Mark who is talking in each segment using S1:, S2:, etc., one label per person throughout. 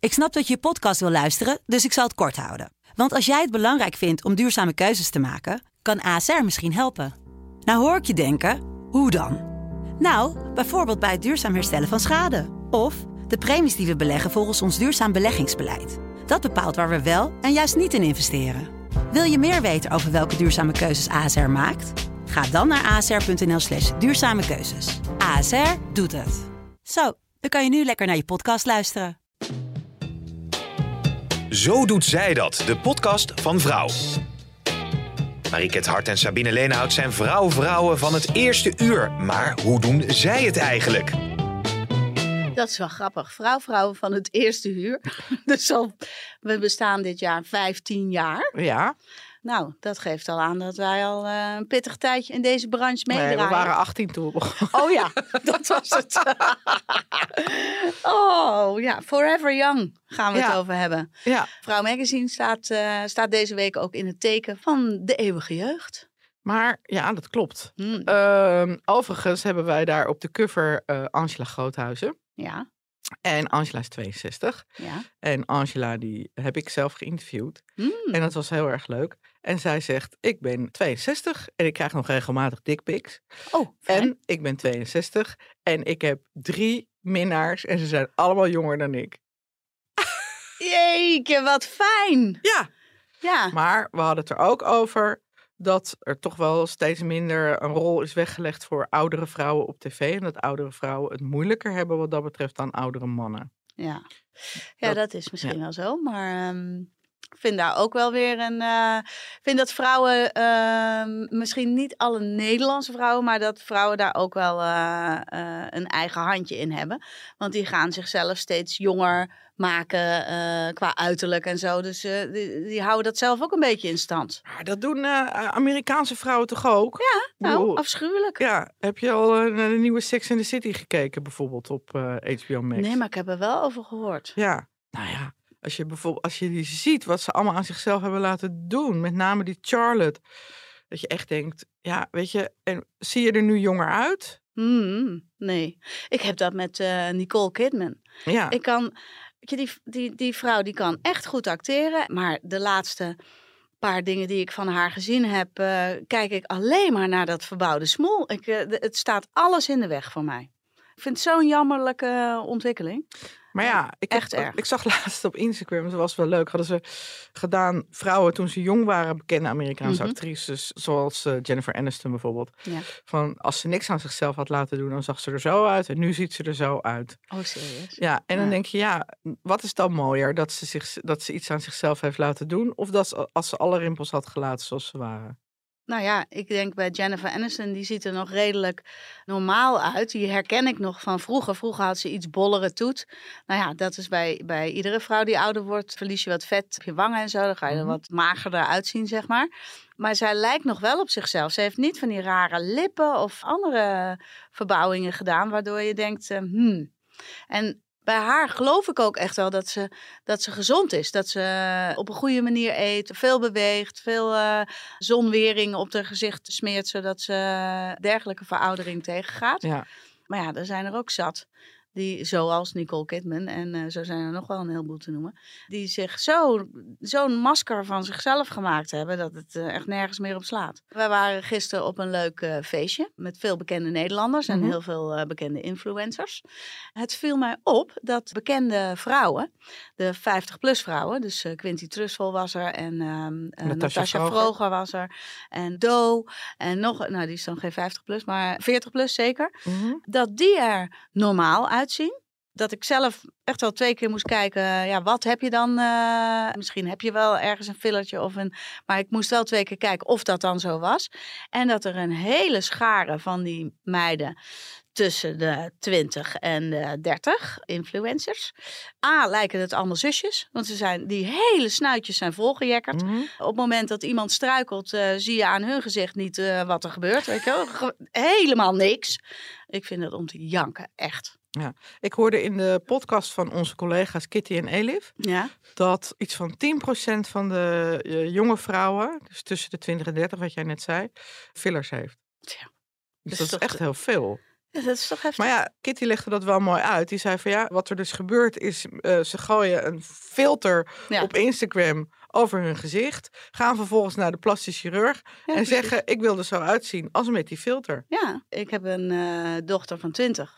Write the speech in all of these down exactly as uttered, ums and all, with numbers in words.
S1: Ik snap dat je je podcast wil luisteren, dus ik zal het kort houden. Want als jij het belangrijk vindt om duurzame keuzes te maken, kan A S R misschien helpen. Nou hoor ik je denken, hoe dan? Nou, bijvoorbeeld bij het duurzaam herstellen van schade. Of de premies die we beleggen volgens ons duurzaam beleggingsbeleid. Dat bepaalt waar we wel en juist niet in investeren. Wil je meer weten over welke duurzame keuzes A S R maakt? Ga dan naar asr.nl slash duurzame keuzes. A S R doet het. Zo, dan kan je nu lekker naar je podcast luisteren.
S2: Zo doet zij dat, de podcast van Vrouw. Mariket Hart en Sabine Leenhout zijn vrouw-vrouwen van het eerste uur. Maar hoe doen zij het eigenlijk?
S3: Dat is wel grappig. Vrouw-vrouwen van het eerste uur. Dus al, we bestaan dit jaar vijftien jaar.
S4: Ja.
S3: Nou, dat geeft al aan dat wij al uh, een pittig tijdje in deze branche meedraaien.
S4: Nee, we waren achttien toen.
S3: Oh ja, dat was het. Oh ja, Forever Young gaan we ja. het over hebben.
S4: Ja.
S3: Vrouw Magazine staat, uh, staat deze week ook in het teken van de eeuwige jeugd.
S4: Maar ja, dat klopt.
S3: Hmm.
S4: Uh, overigens hebben wij daar op de cover uh, Angela Groothuizen.
S3: Ja.
S4: En Angela is tweeënzestig.
S3: Ja.
S4: En Angela die heb ik zelf geïnterviewd.
S3: Hmm.
S4: En dat was heel erg leuk. En zij zegt, ik ben tweeënzestig en ik krijg nog regelmatig dickpics.
S3: Oh, fijn.
S4: En ik ben tweeënzestig en ik heb drie minnaars en ze zijn allemaal jonger dan ik.
S3: Jeetje, wat fijn.
S4: Ja.
S3: Ja.
S4: Maar we hadden het er ook over dat er toch wel steeds minder een rol is weggelegd voor oudere vrouwen op tv. En dat oudere vrouwen het moeilijker hebben wat dat betreft dan oudere mannen.
S3: Ja, ja dat, dat is misschien
S4: ja.
S3: wel zo. Maar um, ik vind daar ook wel weer een... Uh, ik vind dat vrouwen, uh, misschien niet alle Nederlandse vrouwen, maar dat vrouwen daar ook wel uh, uh, een eigen handje in hebben. Want die gaan zichzelf steeds jonger maken uh, qua uiterlijk en zo. Dus uh, die, die houden dat zelf ook een beetje in stand.
S4: Maar dat doen uh, Amerikaanse vrouwen toch ook?
S3: Ja, nou,
S4: bedoel,
S3: afschuwelijk.
S4: Ja, heb je al uh, naar de nieuwe Sex and the City gekeken bijvoorbeeld op uh, H B O Max?
S3: Nee, maar ik heb er wel over gehoord.
S4: Ja, nou ja, als je bijvoorbeeld als je die ziet wat ze allemaal aan zichzelf hebben laten doen, met name die Charlotte, dat je echt denkt, ja, weet je, en zie je er nu jonger uit?
S3: Mm, nee, ik heb dat met uh, Nicole Kidman.
S4: Ja.
S3: Ik kan... Die, die, die vrouw die kan echt goed acteren, maar de laatste paar dingen die ik van haar gezien heb, uh, kijk ik alleen maar naar dat verbouwde smoel. Ik, uh, de, het staat alles in de weg voor mij. Ik vind het zo'n jammerlijke uh, ontwikkeling.
S4: Maar ja, ik,
S3: echt
S4: heb,
S3: erg.
S4: ik zag laatst op Instagram, dat was wel leuk, hadden ze gedaan, vrouwen toen ze jong waren, bekende Amerikaanse
S3: Mm-hmm.
S4: actrices, zoals uh, Jennifer Aniston bijvoorbeeld.
S3: Ja.
S4: Van als ze niks aan zichzelf had laten doen, dan zag ze er zo uit en nu ziet ze er zo uit.
S3: Oh, serieus?
S4: Ja, en dan
S3: ja.
S4: denk je, ja, wat is dan mooier? Dat ze, zich, dat ze iets aan zichzelf heeft laten doen, of dat ze, als ze alle rimpels had gelaten zoals ze waren?
S3: Nou ja, ik denk bij Jennifer Aniston, die ziet er nog redelijk normaal uit. Die herken ik nog van vroeger. Vroeger had ze iets bollere toet. Nou ja, dat is bij, bij iedere vrouw die ouder wordt. Verlies je wat vet op je wangen en zo. Dan ga je er
S4: Mm-hmm.
S3: wat magerder uitzien, zeg maar. Maar zij lijkt nog wel op zichzelf. Ze heeft niet van die rare lippen of andere verbouwingen gedaan. Waardoor je denkt, uh, hmm. En bij haar geloof ik ook echt wel dat ze, dat ze gezond is. Dat ze op een goede manier eet, veel beweegt, veel uh, zonwering op haar gezicht smeert, zodat ze dergelijke veroudering tegengaat.
S4: Ja.
S3: Maar ja, er zijn er ook zat. Die, zoals Nicole Kidman, en uh, zo zijn er nog wel een heleboel te noemen, die zich zo, zo'n masker van zichzelf gemaakt hebben, dat het uh, echt nergens meer op slaat. Wij waren gisteren op een leuk uh, feestje met veel bekende Nederlanders en
S4: Mm-hmm.
S3: heel veel uh, bekende influencers. Het viel mij op dat bekende vrouwen, de vijftig-plus vrouwen, dus uh, Quinty Trussel was er en uh, uh, Natasja
S4: Vroger.
S3: Vroger was er en Do en nog, nou die is dan geen vijftig-plus, maar veertig-plus zeker,
S4: Mm-hmm.
S3: dat die er normaal uitzien. Dat ik zelf echt wel twee keer moest kijken, ja, wat heb je dan? Uh, misschien heb je wel ergens een fillertje of een... Maar ik moest wel twee keer kijken of dat dan zo was. En dat er een hele schare van die meiden tussen de twintig en de dertig influencers. A, lijken het allemaal zusjes. Want ze zijn, die hele snuitjes zijn volgejekkerd.
S4: Mm-hmm.
S3: Op het moment dat iemand struikelt, uh, zie je aan hun gezicht niet uh, wat er gebeurt. Weet je wel? Ge- helemaal niks. Ik vind het om te janken, echt.
S4: Ja. Ik hoorde in de podcast van onze collega's Kitty en Elif
S3: Ja?
S4: dat iets van tien procent van de uh, jonge vrouwen, dus tussen de twintig en dertig, wat jij net zei, fillers heeft.
S3: Tja.
S4: Dus
S3: is
S4: dat is
S3: toch
S4: echt
S3: de-
S4: heel veel.
S3: Ja, dat is toch heftig.
S4: Maar ja, Kitty legde dat wel mooi uit. Die zei van ja, wat er dus gebeurt is... Uh, ze gooien een filter ja. op Instagram over hun gezicht. Gaan vervolgens naar de plastisch chirurg. Ja, en precies. zeggen, ik wil er zo uitzien als met die filter.
S3: Ja, ik heb een uh, dochter van twintig.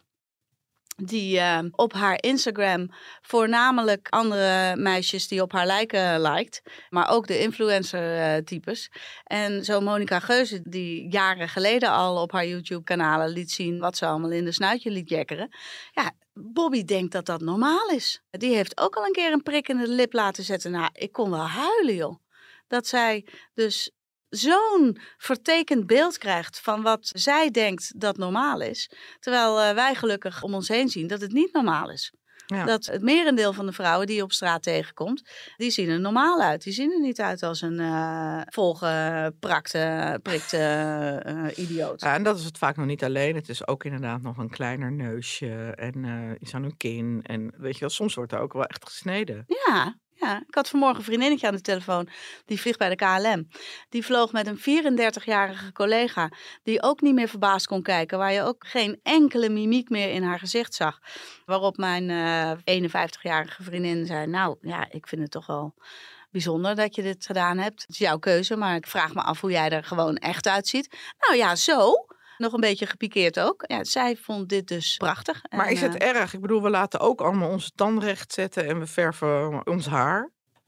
S3: Die uh, op haar Instagram voornamelijk andere meisjes die op haar lijken liked. Maar ook de influencer-types. Uh, en zo Monica Geuze, die jaren geleden al op haar YouTube-kanalen liet zien wat ze allemaal in de snuitje liet jekkeren. Ja, Bobby denkt dat dat normaal is. Die heeft ook al een keer een prik in de lip laten zetten. Nou, ik kon wel huilen, joh. Dat zij dus zo'n vertekend beeld krijgt van wat zij denkt dat normaal is. Terwijl uh, wij gelukkig om ons heen zien dat het niet normaal is. Ja. Dat het merendeel van de vrouwen die je op straat tegenkomt, die zien er normaal uit. Die zien er niet uit als een uh, volgeprakte, prikte uh, idioot.
S4: Ja, en dat is het vaak nog niet alleen. Het is ook inderdaad nog een kleiner neusje en uh, iets aan hun kin. En weet je wel, soms wordt er ook wel echt gesneden.
S3: Ja. Ja, ik had vanmorgen een vriendinnetje aan de telefoon. Die vliegt bij de K L M. Die vloog met een vierendertigjarige collega. Die ook niet meer verbaasd kon kijken. Waar je ook geen enkele mimiek meer in haar gezicht zag. Waarop mijn uh, eenenvijftigjarige vriendin zei. Nou ja, ik vind het toch wel bijzonder dat je dit gedaan hebt. Het is jouw keuze, maar ik vraag me af hoe jij er gewoon echt uitziet. Nou ja, zo. Nog een beetje gepikeerd ook. Ja, zij vond dit dus prachtig.
S4: Maar
S3: en,
S4: is het uh, erg? Ik bedoel, we laten ook allemaal onze tanden recht zetten en we verven ons haar.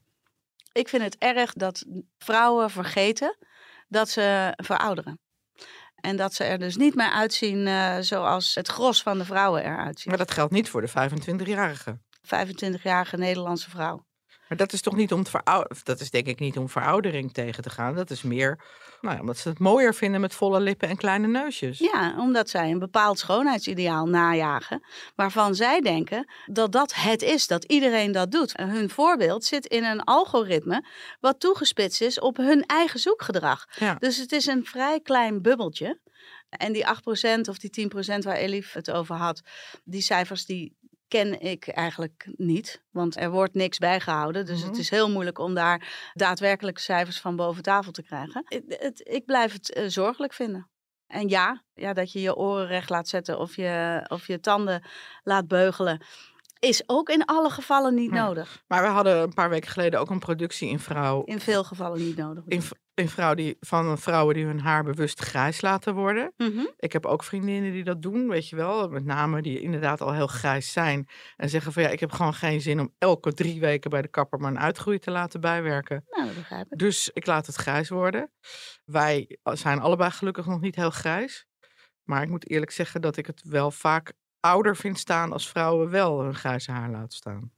S3: Ik vind het erg dat vrouwen vergeten dat ze verouderen. En dat ze er dus niet meer uitzien uh, zoals het gros van de vrouwen eruit ziet.
S4: Maar dat geldt niet voor de vijfentwintigjarige.
S3: vijfentwintigjarige Nederlandse vrouw.
S4: Maar dat is toch niet om te verouderen? Dat is denk ik niet om veroudering tegen te gaan. Dat is meer nou ja, omdat ze het mooier vinden met volle lippen en kleine neusjes.
S3: Ja, omdat zij een bepaald schoonheidsideaal najagen. Waarvan zij denken dat dat het is, dat iedereen dat doet. En hun voorbeeld zit in een algoritme wat toegespitst is op hun eigen zoekgedrag. Ja. Dus het is een vrij klein bubbeltje. En die acht procent of die tien procent waar Elif het over had, die cijfers die ken ik eigenlijk niet, want er wordt niks bijgehouden. Dus mm-hmm. het is heel moeilijk om daar daadwerkelijke cijfers van boven tafel te krijgen. Ik, het, ik blijf het uh, zorgelijk vinden. En ja, ja, dat je je oren recht laat zetten of je, of je tanden laat beugelen, is ook in alle gevallen niet ja. nodig.
S4: Maar we hadden een paar weken geleden ook een productie in Vrouw.
S3: In veel gevallen niet nodig.
S4: In, in vrouw die, van vrouwen die hun haar bewust grijs laten worden. Mm-hmm. Ik heb ook vriendinnen die dat doen, weet je wel. Met name die inderdaad al heel grijs zijn. En zeggen van ja, ik heb gewoon geen zin om elke drie weken bij de kapper maar een uitgroei te laten bijwerken.
S3: Nou, dat begrijp ik.
S4: Dus ik laat het grijs worden. Wij zijn allebei gelukkig nog niet heel grijs. Maar ik moet eerlijk zeggen dat ik het wel vaak ouder vind staan als vrouwen wel hun grijze haar laten staan.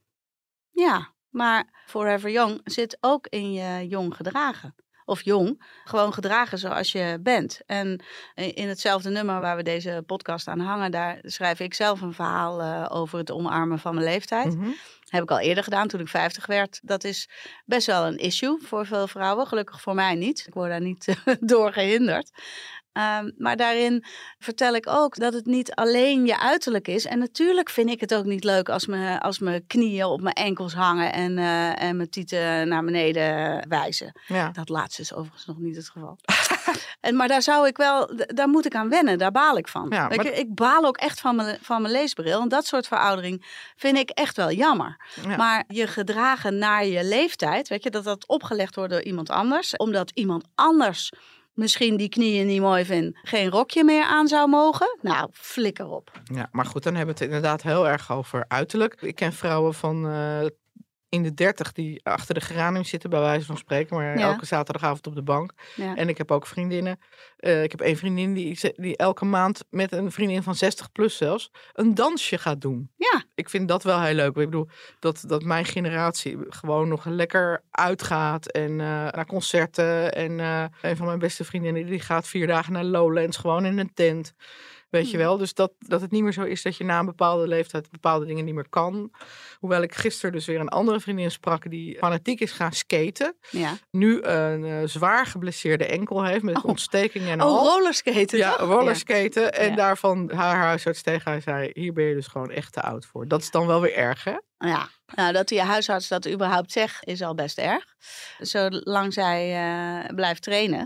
S3: Ja, maar Forever Young zit ook in je jong gedragen. Of jong, gewoon gedragen zoals je bent. En in hetzelfde nummer waar we deze podcast aan hangen, daar schrijf ik zelf een verhaal uh, over het omarmen van mijn leeftijd. Mm-hmm. Heb ik al eerder gedaan toen ik vijftig werd. Dat is best wel een issue voor veel vrouwen. Gelukkig voor mij niet. Ik word daar niet uh, door gehinderd. Um, maar daarin vertel ik ook dat het niet alleen je uiterlijk is. En natuurlijk vind ik het ook niet leuk als, me, als mijn knieën op mijn enkels hangen en, uh, en mijn tieten naar beneden wijzen. Ja. Dat laatste is overigens nog niet het geval. en, maar daar zou ik wel, daar moet ik aan wennen. Daar baal ik van. Ja, maar... ik, ik baal ook echt van mijn, van mijn leesbril. En dat soort veroudering vind ik echt wel jammer. Ja. Maar je gedragen naar je leeftijd, weet je, dat dat opgelegd wordt door iemand anders. Omdat iemand anders misschien die knieën niet mooi vindt, geen rokje meer aan zou mogen. Nou, flikker op.
S4: Ja, maar goed, dan hebben we het inderdaad heel erg over uiterlijk. Ik ken vrouwen van uh, in de dertig die achter de geranium zitten, bij wijze van spreken, maar ja. elke zaterdagavond op de bank. Ja. En ik heb ook vriendinnen. Uh, ik heb één vriendin die, die elke maand met een vriendin van zestig plus zelfs een dansje gaat doen.
S3: Ja.
S4: Ik vind dat wel heel leuk. Ik bedoel, dat, dat mijn generatie gewoon nog lekker uitgaat en uh, naar concerten. En uh, een van mijn beste vriendinnen die gaat vier dagen naar Lowlands gewoon in een tent. Weet je wel, dus dat, dat het niet meer zo is dat je na een bepaalde leeftijd bepaalde dingen niet meer kan. Hoewel ik gisteren dus weer een andere vriendin sprak die fanatiek is gaan skaten.
S3: Ja.
S4: Nu een uh, zwaar geblesseerde enkel heeft met oh. ontstekingen en
S3: al.
S4: al.
S3: Oh, rollerskaten.
S4: Ja,
S3: toch?
S4: rollerskaten. Ja. En
S3: ja.
S4: daarvan haar huisarts tegen haar zei, hier ben je dus gewoon echt te oud voor. Dat is dan wel weer erg, hè?
S3: Ja, nou, dat die huisarts dat überhaupt zegt is al best erg. Zolang zij uh, blijft trainen.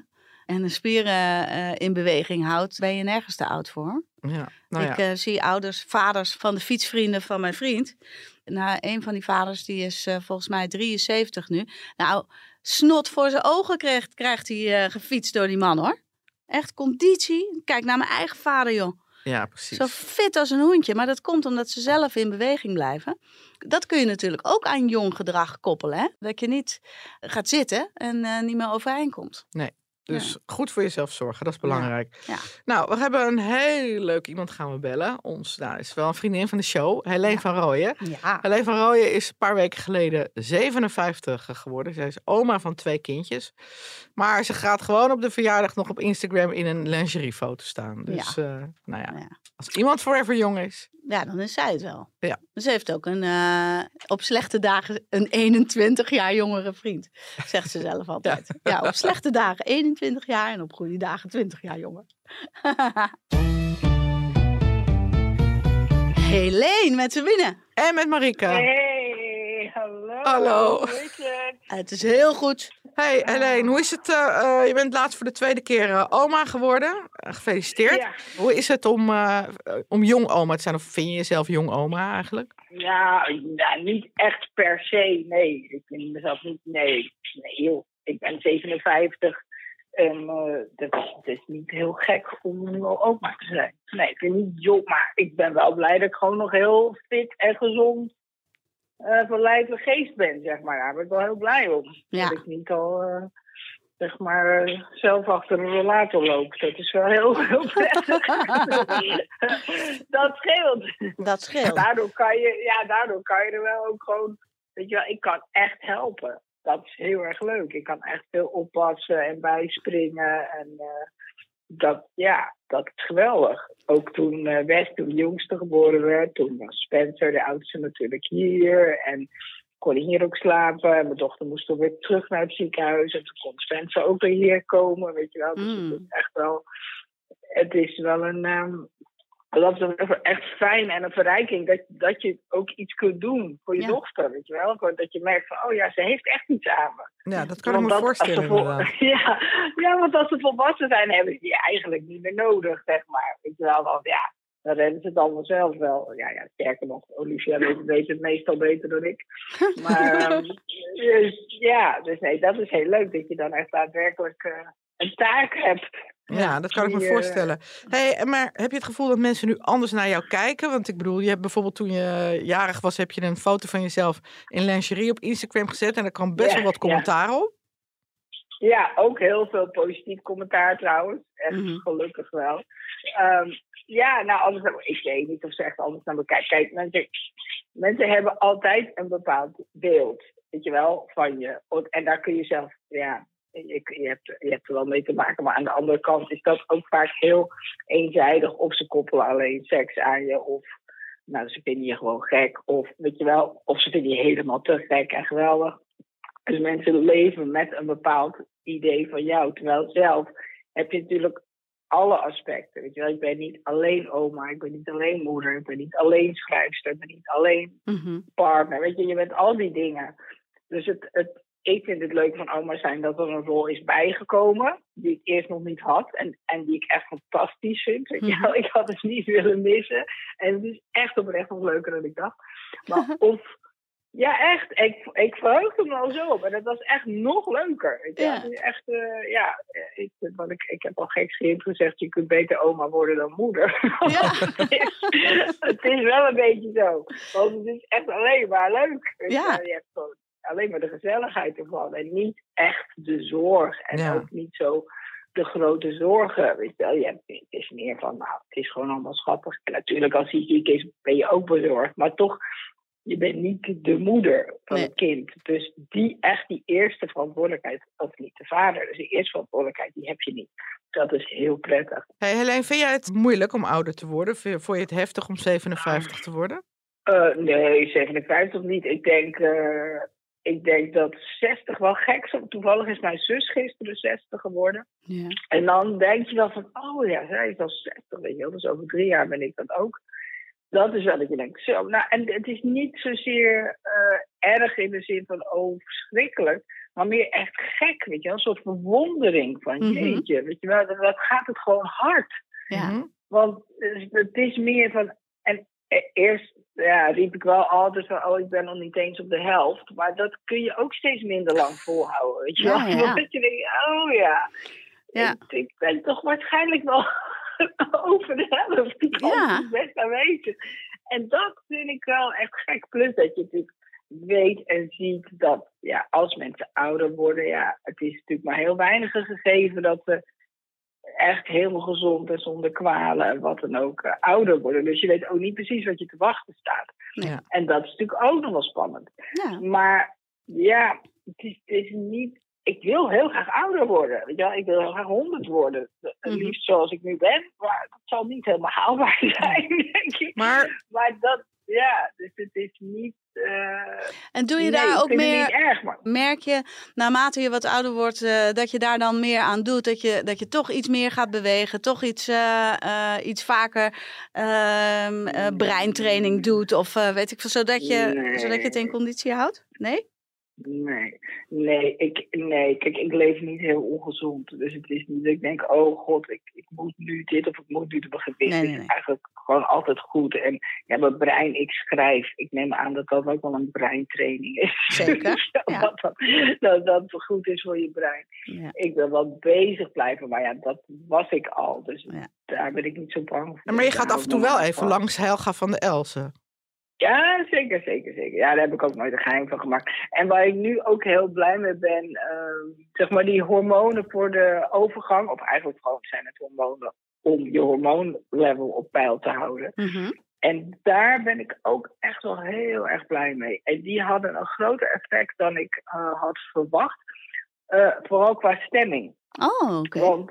S3: en de spieren uh, in beweging houdt, ben je nergens te oud voor.
S4: Ja, nou
S3: ik
S4: ja.
S3: uh, zie ouders, vaders van de fietsvrienden van mijn vriend. Nou, een van die vaders die is uh, volgens mij drieënzeventig nu. Nou, snot voor zijn ogen krijgt, krijgt hij uh, gefietst door die man, hoor. Echt conditie. Kijk naar mijn eigen vader, joh.
S4: Ja, precies.
S3: Zo fit als een hoentje. Maar dat komt omdat ze zelf in beweging blijven. Dat kun je natuurlijk ook aan jong gedrag koppelen. Hè? Dat je niet gaat zitten en uh, niet meer overeind komt.
S4: Nee. Dus
S3: ja.
S4: goed voor jezelf zorgen, dat is belangrijk.
S3: Ja. Ja.
S4: Nou, we hebben een heel leuk iemand gaan we bellen. Ons, nou, is wel een vriendin van de show, Helene ja. van Rooyen.
S3: Ja.
S4: Helene van Rooyen is een paar weken geleden zevenenvijftig geworden. Zij is oma van twee kindjes. Maar ze gaat gewoon op de verjaardag nog op Instagram in een lingeriefoto staan. Dus, ja. Uh, nou ja, ja, als iemand forever jong is.
S3: Ja, dan is zij het wel.
S4: Ja.
S3: Ze heeft ook een, uh, op slechte dagen een eenentwintig jaar jongere vriend. Zegt ze zelf altijd. Ja, ja op slechte dagen eenentwintig jaar en op goede dagen twintig jaar jonger. Helene met Sabine.
S4: En met Marieke.
S5: Hey, hallo.
S4: Hallo.
S5: Hoe is het?
S3: Het is heel goed.
S4: Hey Helene, hoe is het? Uh, uh, je bent laatst voor de tweede keer uh, oma geworden. Uh, gefeliciteerd. Ja. Hoe is het om, uh, om jong oma te zijn? Of vind je jezelf jong oma eigenlijk?
S5: Ja, nou, niet echt per se, nee. Ik vind mezelf niet, nee. Nee, joh. Ik ben zevenenvijftig en uh, dat is, dat is niet heel gek om oma te zijn. Nee, ik vind niet jong, maar ik ben wel blij dat ik gewoon nog heel fit en gezond Uh, van lijf en geest ben, zeg maar. Daar ben ik wel heel blij om.
S3: Ja.
S5: Dat ik niet al, uh, zeg maar, uh, zelf achter een rollator loop. Dat is wel heel, heel prettig. Dat scheelt.
S3: Dat scheelt.
S5: Daardoor kan je, ja, daardoor kan je er wel ook gewoon, weet je wel, ik kan echt helpen. Dat is heel erg leuk. Ik kan echt veel oppassen en bijspringen en uh, dat, ja, dat is geweldig. Ook toen uh, West, toen de jongste geboren werd, toen was Spencer, de oudste, natuurlijk hier. En kon hier ook slapen. En mijn dochter moest dan weer terug naar het ziekenhuis. En toen kon Spencer ook weer hier komen, weet je wel. Dus mm. het is echt wel, het is wel een, um, dat is echt fijn en een verrijking dat, dat je ook iets kunt doen voor je ja. dochter, weet je wel. Dat je merkt van, oh ja, ze heeft echt iets aan me.
S4: Ja, dat kan ik me dat, voorstellen vol-
S5: ja, ja, want als ze volwassen zijn, hebben ze die eigenlijk niet meer nodig, zeg maar. Weet je wel, want ja, dan redden ze het allemaal zelf wel. Ja, ja, sterker nog, Olivia weet, weet het meestal beter dan ik. Maar um, dus, ja, dus nee, dat is heel leuk dat je dan echt daadwerkelijk uh, een taak hebt.
S4: Ja, dat kan ik me voorstellen. Hey, maar heb je het gevoel dat mensen nu anders naar jou kijken? Want ik bedoel, je hebt bijvoorbeeld toen je jarig was, heb je een foto van jezelf in lingerie op Instagram gezet. En daar kwam best ja, wel wat commentaar ja. op.
S5: Ja, ook heel veel positief commentaar trouwens. Echt mm-hmm. gelukkig wel. Um, ja, nou, anders, ik weet niet of ze echt anders naar me kijken. Kijk, mensen, mensen hebben altijd een bepaald beeld, weet je wel, van je. En daar kun je zelf, ja... Je, je, hebt, je hebt er wel mee te maken, maar aan de andere kant is dat ook vaak heel eenzijdig. Of ze koppelen alleen seks aan je, of nou, ze vinden je gewoon gek, of weet je wel, of ze vinden je helemaal te gek en geweldig. Dus mensen leven met een bepaald idee van jou, terwijl zelf heb je natuurlijk alle aspecten. Weet je wel, ik ben niet alleen oma, ik ben niet alleen moeder, ik ben niet alleen schrijfster, ik ben niet alleen mm-hmm. partner. Weet je, je bent al die dingen. Dus het, het Ik vind het leuk van oma zijn dat er een rol is bijgekomen die ik eerst nog niet had en, en die ik echt fantastisch vind. Weet je wel? Ik had het niet willen missen en het is echt oprecht nog leuker dan ik dacht. Maar of, ja echt, ik, ik verheugde me al zo op en het was echt nog leuker. Weet je? Ja. Het is echt, uh, ja, ik, wat ik, ik heb al gekscherend gezegd, je kunt beter oma worden dan moeder. Ja. het, is, het is wel een beetje zo, want het is echt alleen maar leuk. Weet ja. je? Je hebt gewoon alleen maar de gezelligheid ervan en niet echt de zorg. En ja. ook niet zo de grote zorgen. Weet je wel, je hebt, het is meer van, nou, het is gewoon allemaal schattig. En natuurlijk, als hij ziek is, ben je ook bezorgd. Maar toch, je bent niet de moeder van nee. het kind. Dus die echt die eerste verantwoordelijkheid, of niet de vader, dus die eerste verantwoordelijkheid, die heb je niet. Dat is heel prettig.
S4: Hey Helene, vind jij het moeilijk om ouder te worden? Vond je het heftig om zevenenvijftig te worden?
S5: Uh, nee, zevenenvijftig niet. Ik denk... Uh, Ik denk dat zestig wel gek is. Toevallig is mijn zus gisteren zestig geworden. Ja. En dan denk je wel van, oh ja, zij is al zestig, weet je wel. Dus over drie jaar ben ik dat ook. Dat is wel dat je denkt, zo. Nou, en het is niet zozeer uh, erg in de zin van, oh, verschrikkelijk. Maar meer echt gek, weet je wel. Een soort verwondering van,
S3: Mhm.
S5: jeetje, weet je wel. Dat, dat gaat het gewoon hard.
S3: Ja.
S4: Mhm.
S5: Want eh, het is meer van... En eh, eerst ja, riep ik wel altijd van... Oh, ik ben nog niet eens op de helft. Maar dat kun je ook steeds minder lang volhouden. Weet je
S3: Ja,
S5: wel?
S3: ja, ja.
S5: Dat je denkt, oh ja.
S3: Ja.
S5: Ik, ik ben toch waarschijnlijk wel over de helft. Die kans
S3: Ja.
S5: is best aanwezig. En dat vind ik wel echt gek. Plus dat je natuurlijk weet en ziet dat... Ja, als mensen ouder worden... Ja, het is natuurlijk maar heel weinig gegeven dat ze... echt helemaal gezond en zonder kwalen en wat dan ook uh, ouder worden. Dus je weet ook niet precies wat je te wachten staat.
S4: Ja.
S5: En dat is natuurlijk ook nog wel spannend.
S3: Ja.
S5: Maar ja, het is, het is niet... Ik wil heel graag ouder worden. Weet je wel? Ik wil heel graag honderd worden.
S3: Mhm.
S5: Liefst zoals ik nu ben. Maar dat zal niet helemaal haalbaar zijn, denk ik.
S4: Maar
S5: Maar dat, ja, dus het is niet... Uh,
S3: En doe je
S5: nee,
S3: daar
S5: ik
S3: ook
S5: vind het
S3: meer...
S5: niet erg, maar...
S3: Merk je, naarmate je wat ouder wordt, uh, dat je daar dan meer aan doet? Dat je, dat je toch iets meer gaat bewegen, toch iets, uh, uh, iets vaker uh, uh, breintraining doet? Of uh, weet ik veel, zodat je,
S5: Nee.
S3: zodat je het in conditie houdt? Nee?
S5: Nee, nee, ik, nee, kijk, ik leef niet heel ongezond. Dus het is niet dat ik denk, oh god, ik, ik moet nu dit of ik moet nu mijn gewicht.
S3: Nee,
S5: Het
S3: nee,
S5: is
S3: nee.
S5: eigenlijk gewoon altijd goed. En ja, mijn brein, ik schrijf. Ik neem aan dat dat ook wel een breintraining is.
S3: Zeker, ja.
S5: dat, dat, dat dat goed is voor je brein.
S3: Ja.
S5: Ik wil wel bezig blijven, maar ja, dat was ik al. Dus
S3: Ja.
S5: daar ben ik niet zo bang voor.
S4: Ja, maar je
S5: Daar
S4: gaat
S5: hou
S4: af en
S5: ik
S4: toe
S5: me
S4: wel
S5: aan
S4: even
S5: vast.
S4: langs Helga van de Elsen.
S5: Ja, zeker, zeker, zeker. Ja, daar heb ik ook nooit een geheim van gemaakt. En waar ik nu ook heel blij mee ben, uh, zeg maar die hormonen voor de overgang, of eigenlijk gewoon zijn het hormonen om je hormoonlevel op peil te houden.
S3: Mm-hmm.
S5: En daar ben ik ook echt wel heel erg blij mee. En die hadden een groter effect dan ik uh, had verwacht. Uh, vooral qua stemming.
S3: Oh, oké. Okay.
S5: Want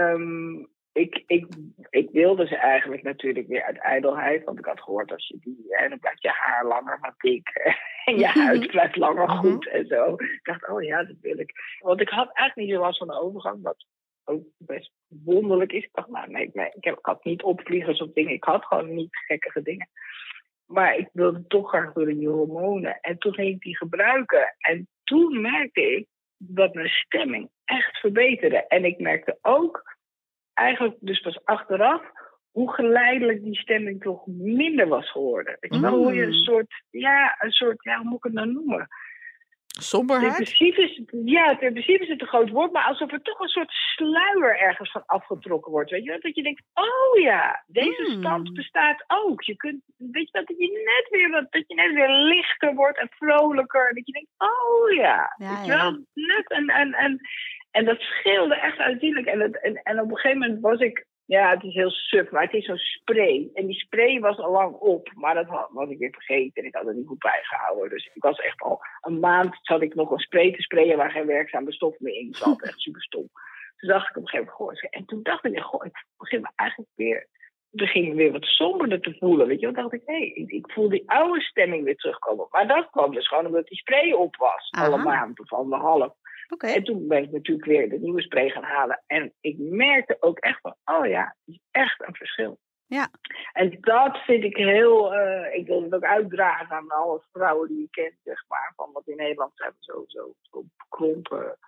S5: um, ik, ik, ik wilde ze eigenlijk natuurlijk weer uit ijdelheid. Want ik had gehoord, als je die, hè, dan blijft je haar langer maar dik. En je huid blijft langer goed en zo. Ik dacht, oh ja, dat wil ik. Want ik had eigenlijk niet zo last van de overgang. Wat ook best wonderlijk is. Ik dacht, nou nee, nee ik, heb, ik had niet opvliegers of dingen. Ik had gewoon niet gekkige dingen. Maar ik wilde toch graag door die hormonen. En toen ging ik die gebruiken. En toen merkte ik dat mijn stemming echt verbeterde. En ik merkte ook, eigenlijk dus pas achteraf, hoe geleidelijk die stemming toch minder was geworden. Ik mm. hoe je een soort, ja, een soort, ja, hoe moet ik het nou noemen?
S4: Somberheid?
S5: In principe is het, ja, in principe is het een groot woord, maar alsof er toch een soort sluier ergens van afgetrokken wordt. Weet je wel? Dat je denkt, oh ja, deze
S3: mm.
S5: stand bestaat ook. Je kunt, weet je wel, dat je net weer wat, dat je net weer lichter wordt en vrolijker. Dat je denkt, oh ja,
S3: ja,
S5: weet je wel,
S3: ja.
S5: net en, en, en, en dat scheelde echt aanzienlijk. En, het, en, en op een gegeven moment was ik, ja, het is heel suf, maar het is zo'n spray. En die spray was al lang op, maar dat had, was ik weer vergeten. En ik had er niet goed bijgehouden. Dus ik was echt al een maand, zat ik nog een spray te sprayen waar geen werkzame stof meer in zat. Echt super stom. Toen dacht ik op een gegeven moment, goh, en toen dacht ik, goh, ik begin me eigenlijk weer, begin me weer wat somberder te voelen. Weet je, dan dacht ik, hé, hey, ik, ik voel die oude stemming weer terugkomen. Maar dat kwam dus gewoon omdat die spray op was. Aha. Al een maand of anderhalf.
S3: Okay.
S5: En toen ben ik natuurlijk weer de nieuwe spray gaan halen. En ik merkte ook echt van, oh ja, het is echt een verschil.
S3: Ja.
S5: En dat vind ik heel, uh, ik wil het ook uitdragen aan alle vrouwen die je kent, zeg maar. Van wat in Nederland zijn we zo, zo, zo bekrompen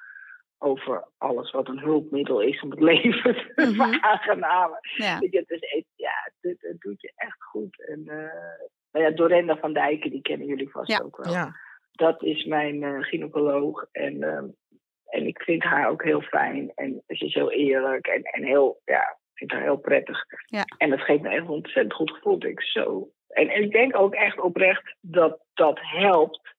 S5: over alles wat een hulpmiddel is om het leven te mm-hmm. verhagen.
S3: Ja.
S5: Het, is, ja, het, het doet je echt goed. En uh, nou ja, Dorenda van Dijken, die kennen jullie vast
S3: ja.
S5: ook wel.
S4: Ja.
S5: Dat is mijn uh, gynaecoloog. En, uh, en ik vind haar ook heel fijn. En ze is heel eerlijk. En, en heel, ja, ik vind haar heel prettig.
S3: Ja.
S5: En dat geeft me echt een ontzettend goed gevoel. Ik zo. En, en ik denk ook echt oprecht dat dat helpt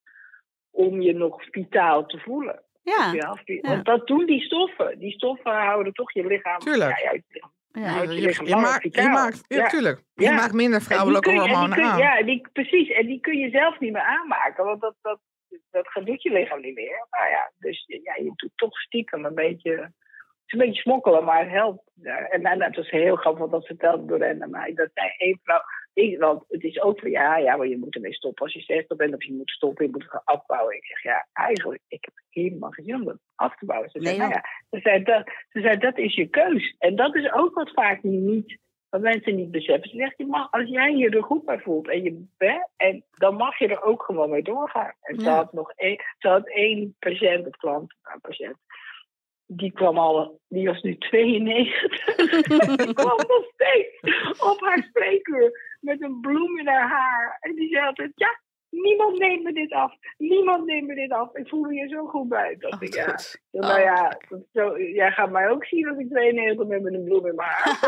S5: om je nog vitaal te voelen.
S3: Ja.
S5: Ja, want dat doen die stoffen. Die stoffen houden toch je lichaam...
S4: Tuurlijk.
S5: Ja, ja,
S3: Ja.
S5: je,
S4: je,
S5: lichaam
S4: je, maakt, je maakt, ja, ja. tuurlijk. Je ja. maakt minder vrouwelijke hormonen
S5: kun,
S4: aan.
S5: Ja, die, precies. En die kun je zelf niet meer aanmaken. Want dat, dat, dat doet je lichaam niet meer. Nou ja, dus ja, je doet toch stiekem een beetje... Het is een beetje smokkelen, maar het helpt. Ja, en, en dat was heel grappig, want dat vertelde Dorenda mij. Dat zei één vrouw... Ik, want het is ook van, ja, ja, maar je moet ermee stoppen als je zestig bent. Of je moet stoppen, je moet het gaan afbouwen. Ik zeg, ja, eigenlijk, ik heb helemaal geen zin om het af te bouwen. Ze zei, nee, nou ja, ze zei, dat, ze zei, dat is je keus. En dat is ook wat vaak niet wat mensen niet beseffen. Ze zegt, je mag, als jij je er goed bij voelt en je bent, en dan mag je er ook gewoon mee doorgaan. En
S3: Ja.
S5: ze had nog één, ze had één patiënt, of klant, nou, patiënt, die kwam al, die was nu tweeënnegentig. Die kwam nog steeds op haar spreekuur met een bloem in haar haar. En die zei altijd, ja, niemand neemt me dit af. Niemand neemt me dit af. Ik voel me hier zo goed bij. Dat
S3: Oh,
S5: ik,
S3: wat
S5: ja,
S3: goed.
S5: ja, nou ja, dat, zo, jij gaat mij ook zien als ik tweeënnegentig ben met een bloem in mijn haar.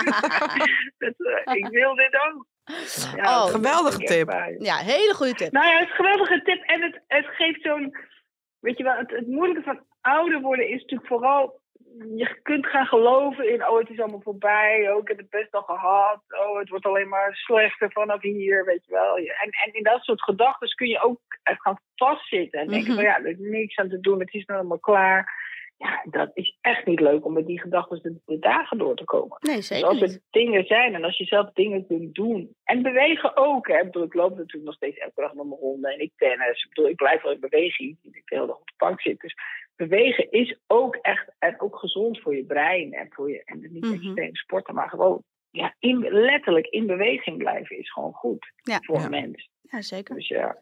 S5: dat, uh, ik wil dit ook.
S3: Oh,
S5: dat
S4: geweldige
S5: is echt
S4: tip.
S5: fijn.
S3: Ja, hele goede tip.
S5: Nou ja, het is een geweldige tip. En het, het geeft zo'n... Weet je wel, het, het moeilijke van ouder worden is natuurlijk vooral... Je kunt gaan geloven in, oh, het is allemaal voorbij. Oh, ik heb het best al gehad. Oh, het wordt alleen maar slechter vanaf hier, weet je wel. En, en in dat soort gedachten kun je ook echt gaan vastzitten. En denken
S3: Mhm.
S5: van, ja, er is niks aan te doen. Het is nou allemaal klaar. Ja, dat is echt niet leuk om met die gedachten de, de dagen door te komen.
S3: Nee,
S5: Dus
S3: zeker
S5: als er
S3: niet.
S5: dingen zijn en als je zelf dingen kunt doen. En bewegen ook. Hè. Ik, bedoel, ik loop natuurlijk nog steeds elke dag met mijn honden en ik tennis. Ik bedoel, ik blijf wel in beweging. Ik de hele dag op de bank zit. Dus bewegen is ook echt en ook gezond voor je brein. En, voor je, en niet
S3: Mhm.
S5: extreem sporten, maar gewoon ja, in, letterlijk in beweging blijven is gewoon goed
S3: Ja.
S5: voor
S4: Ja.
S5: een mens.
S3: Ja, zeker.
S5: Dus ja.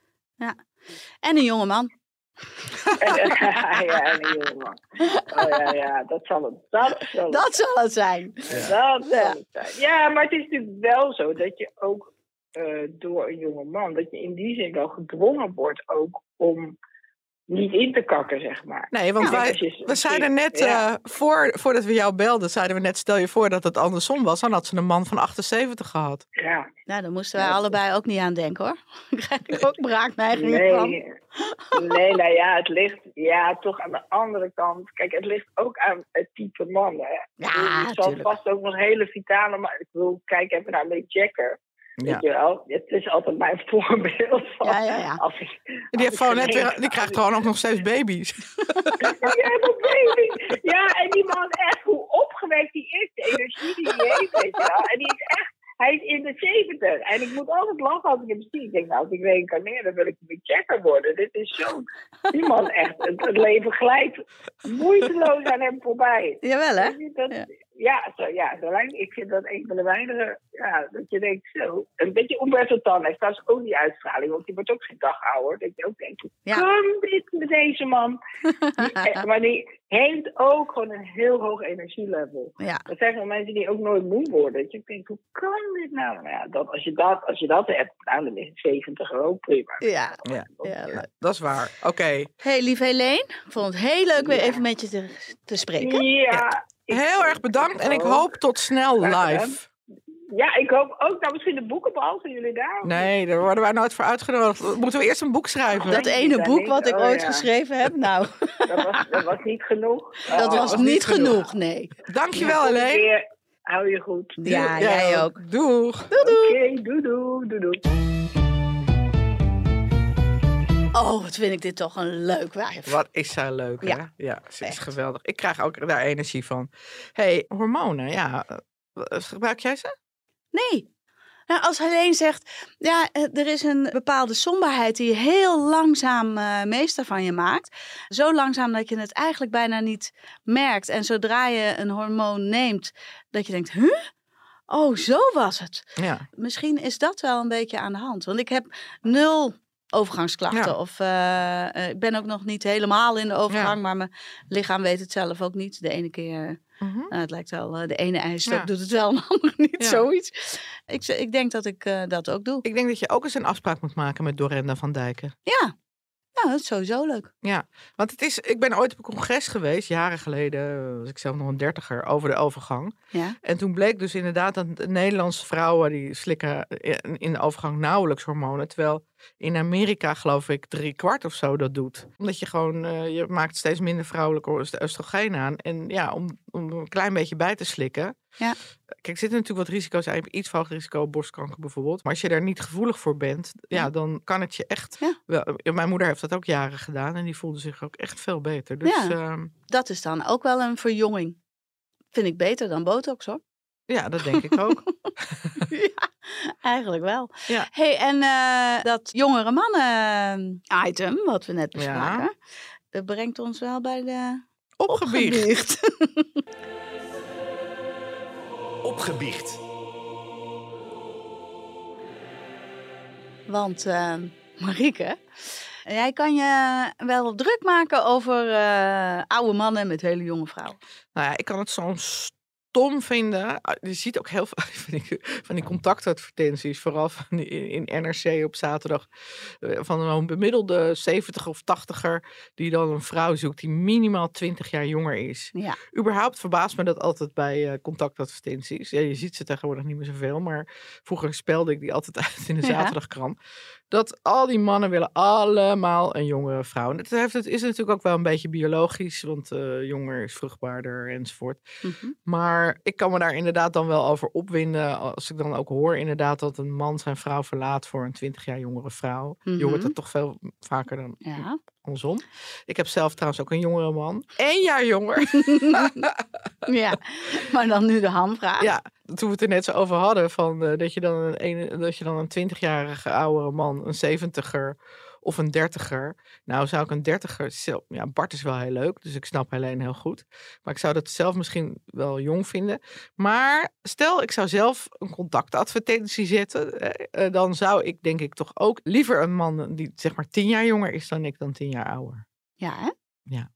S3: En een jongeman.
S5: En, ja, en een jongen. Oh ja, ja, dat zal het. Dat zal het
S3: Dat zal het zijn.
S5: Dat
S3: Ja.
S5: zal het zijn. Ja, maar het is natuurlijk wel zo dat je ook uh, door een jonge man, dat je in die zin wel gedwongen wordt ook om niet in te kakken, zeg maar.
S4: Nee, want
S5: Ja,
S4: wij,
S5: als je-
S4: we zeiden net,
S5: ja.
S4: uh, voor, voordat we jou belden, zeiden we net, stel je voor dat het andersom was, dan had ze een man van achtenzeventig gehad.
S5: Ja,
S3: Nou, daar moesten wij
S5: Ja.
S3: allebei ook niet aan denken, hoor. Daar krijg ik ook braakneigingen
S5: nee,
S3: van.
S5: nee, nou ja, het ligt ja, toch aan de andere kant. Kijk, het ligt ook aan het type man. Hè.
S3: Ja,
S5: Ik bedoel, je zal
S3: tuurlijk.
S5: vast ook nog hele vitale, maar ik wil kijk even naar Mick Jagger.
S4: Ja.
S5: Weet je wel, het is altijd mijn voorbeeld van.
S3: Ja, ja, ja.
S5: Als ik,
S4: Die,
S5: als
S4: heeft
S5: ik
S4: gewoon net
S5: denk,
S4: weer, die krijgt gewoon ook nog steeds baby's.
S5: Ja, dat weet ik. Ja, en die man echt, hoe opgewekt die is, de energie die hij heeft, weet je wel. En die is echt, hij is in de zeventig. En ik moet altijd lachen als ik hem zie. Ik denk, nou, als ik reïncarneer, dan wil ik een checker worden. Dit is zo, die man echt, het, het leven glijdt moeiteloos aan hem voorbij.
S3: Jawel, hè?
S5: Weet je, dat-
S3: Ja.
S5: Ja, zo, ja zo lijkt, ik vind dat een van de weinige, ja, dat je denkt zo. Een beetje Umberto Tan heeft trouwens ook die uitstraling, want die wordt ook geen dag ouder. Dat je ook denkt, hoe
S3: Ja.
S5: kan dit met deze man? Die, eh, maar die heeft ook gewoon een heel hoog energielevel.
S3: Ja.
S5: Dat zijn gewoon mensen die ook nooit moe worden. Dat je denkt, hoe kan dit nou? Nou ja, dat, als, je dat, als je dat hebt, nou, dan is het zeventig ook prima.
S3: Ja.
S4: Ja,
S3: Ja,
S4: ja, dat is waar. Oké.
S3: Hey, lieve Helene. Ik vond het heel leuk weer
S5: Ja.
S3: even met je te, te spreken.
S5: Ja. ik-
S4: Heel erg bedankt en ik
S5: ook.
S4: hoop tot snel
S5: Graag gedaan.
S4: live.
S5: Ja, ik hoop ook. Nou, misschien de boekenbal, zijn jullie daar?
S4: Nee, daar worden wij nooit voor uitgenodigd. Moeten we eerst een boek schrijven?
S3: Dat
S5: denk
S3: ene
S5: ik
S3: boek
S5: niet.
S3: wat ik
S5: Oh,
S3: ooit
S5: ja.
S3: geschreven heb, nou,
S5: Dat was, dat was niet genoeg.
S3: dat
S5: Oh,
S3: was
S4: was
S3: niet
S4: niet genoeg.
S3: genoeg, nee.
S4: Dankjewel,
S5: volgende
S4: Helene.
S5: keer hou je goed.
S3: Ja, jij ook.
S4: Doeg.
S5: Oké, doei doei, doei doei.
S3: Oh, wat vind ik dit toch een leuk wijf.
S4: Wat is zij leuk, hè?
S3: Ja.
S4: Ja, ze is
S3: Echt.
S4: geweldig. Ik krijg ook daar energie van. hey, hormonen, ja. eh, Gebruik jij ze?
S3: Nee. Nou, als Helene zegt, ja, eh, er is een bepaalde somberheid die heel langzaam eh, meester van je maakt. Zo langzaam dat je het eigenlijk bijna niet merkt. En zodra je een hormoon neemt, dat je denkt, huh? Oh, zo was het.
S4: Ja.
S3: Misschien is dat wel een beetje aan de hand. Want ik heb nul overgangsklachten.
S4: Ja.
S3: Of uh, uh, ik ben ook nog niet helemaal in de overgang.
S4: Ja.
S3: Maar mijn lichaam weet het zelf ook niet. De ene keer,
S4: Mhm.
S3: nou, het lijkt wel, uh, de ene ijsstok
S4: Ja.
S3: doet het wel, de andere niet.
S4: Ja.
S3: Zoiets. Ik, ik denk dat ik uh, dat ook doe.
S4: Ik denk dat je ook eens een afspraak moet maken met Dorenda van Dijken.
S3: Ja. Nou, dat is sowieso leuk.
S4: Ja, want het is, ik ben ooit op een congres geweest, jaren geleden, was ik zelf nog een dertiger, over de overgang.
S3: Ja.
S4: En toen bleek dus inderdaad dat de Nederlandse vrouwen, die slikken in de overgang nauwelijks hormonen. Terwijl in Amerika, geloof ik, drie kwart of zo dat doet. Omdat je gewoon, uh, je maakt steeds minder vrouwelijke oestrogeen aan. En ja, om, om een klein beetje bij te slikken.
S3: Ja.
S4: Kijk, er zitten natuurlijk wat risico's aan. Je hebt iets verhoogd risico op borstkanker bijvoorbeeld. Maar als je daar niet gevoelig voor bent, ja,
S3: Ja.
S4: dan kan het je echt...
S3: Ja.
S4: Wel, mijn moeder heeft dat ook jaren gedaan en die voelde zich ook echt veel beter. Dus
S3: Ja.
S4: ja, uh,
S3: Dat is dan ook wel een verjonging. Vind ik beter dan botox, hoor.
S4: ja dat denk ik ook.
S3: Ja, eigenlijk wel.
S4: Ja.
S3: Hey, en uh, dat jongere mannen item, wat we net bespraken,
S4: Ja.
S3: dat brengt ons wel bij de
S4: Opgebiecht.
S3: opgebiecht.
S2: Opgebiecht.
S3: Want uh, Marieke, jij kan je wel druk maken over uh, oude mannen met hele jonge vrouwen.
S4: Nou ja, ik kan het soms stom vinden. Je ziet ook heel veel van die, van die contactadvertenties, vooral van die, in N R C op zaterdag, van een bemiddelde zeventig of tachtiger die dan een vrouw zoekt die minimaal twintig jaar jonger is.
S3: Ja.
S4: Überhaupt verbaast me dat altijd bij uh, contactadvertenties. Ja, je ziet ze tegenwoordig niet meer zoveel, maar vroeger spelde ik die altijd uit in de zaterdagkrant. Dat al die mannen willen allemaal een jongere vrouw. En het, heeft, het is natuurlijk ook wel een beetje biologisch, want uh, jonger is vruchtbaarder enzovoort. Mm-hmm. Maar ik kan me daar inderdaad dan wel over opwinden als ik dan ook hoor inderdaad dat een man zijn vrouw verlaat voor een twintig jaar jongere vrouw. Mm-hmm. Je hoort het toch veel vaker dan
S3: ja.
S4: andersom. Ik heb zelf trouwens ook een jongere man. Eén jaar jonger.
S3: Ja, maar dan nu de hamvraag.
S4: Ja, toen we het er net zo over hadden, van, uh, dat, je dan een, een, dat je dan een twintigjarige oudere man, een zeventiger of een dertiger. Nou zou ik een dertiger, ja, Bart is wel heel leuk, dus ik snap Helene heel goed. Maar ik zou dat zelf misschien wel jong vinden. Maar stel, ik zou zelf een contactadvertentie zetten, eh, dan zou ik denk ik toch ook liever een man die zeg maar tien jaar jonger is dan ik dan tien jaar ouder.
S3: Ja, hè?
S4: Ja.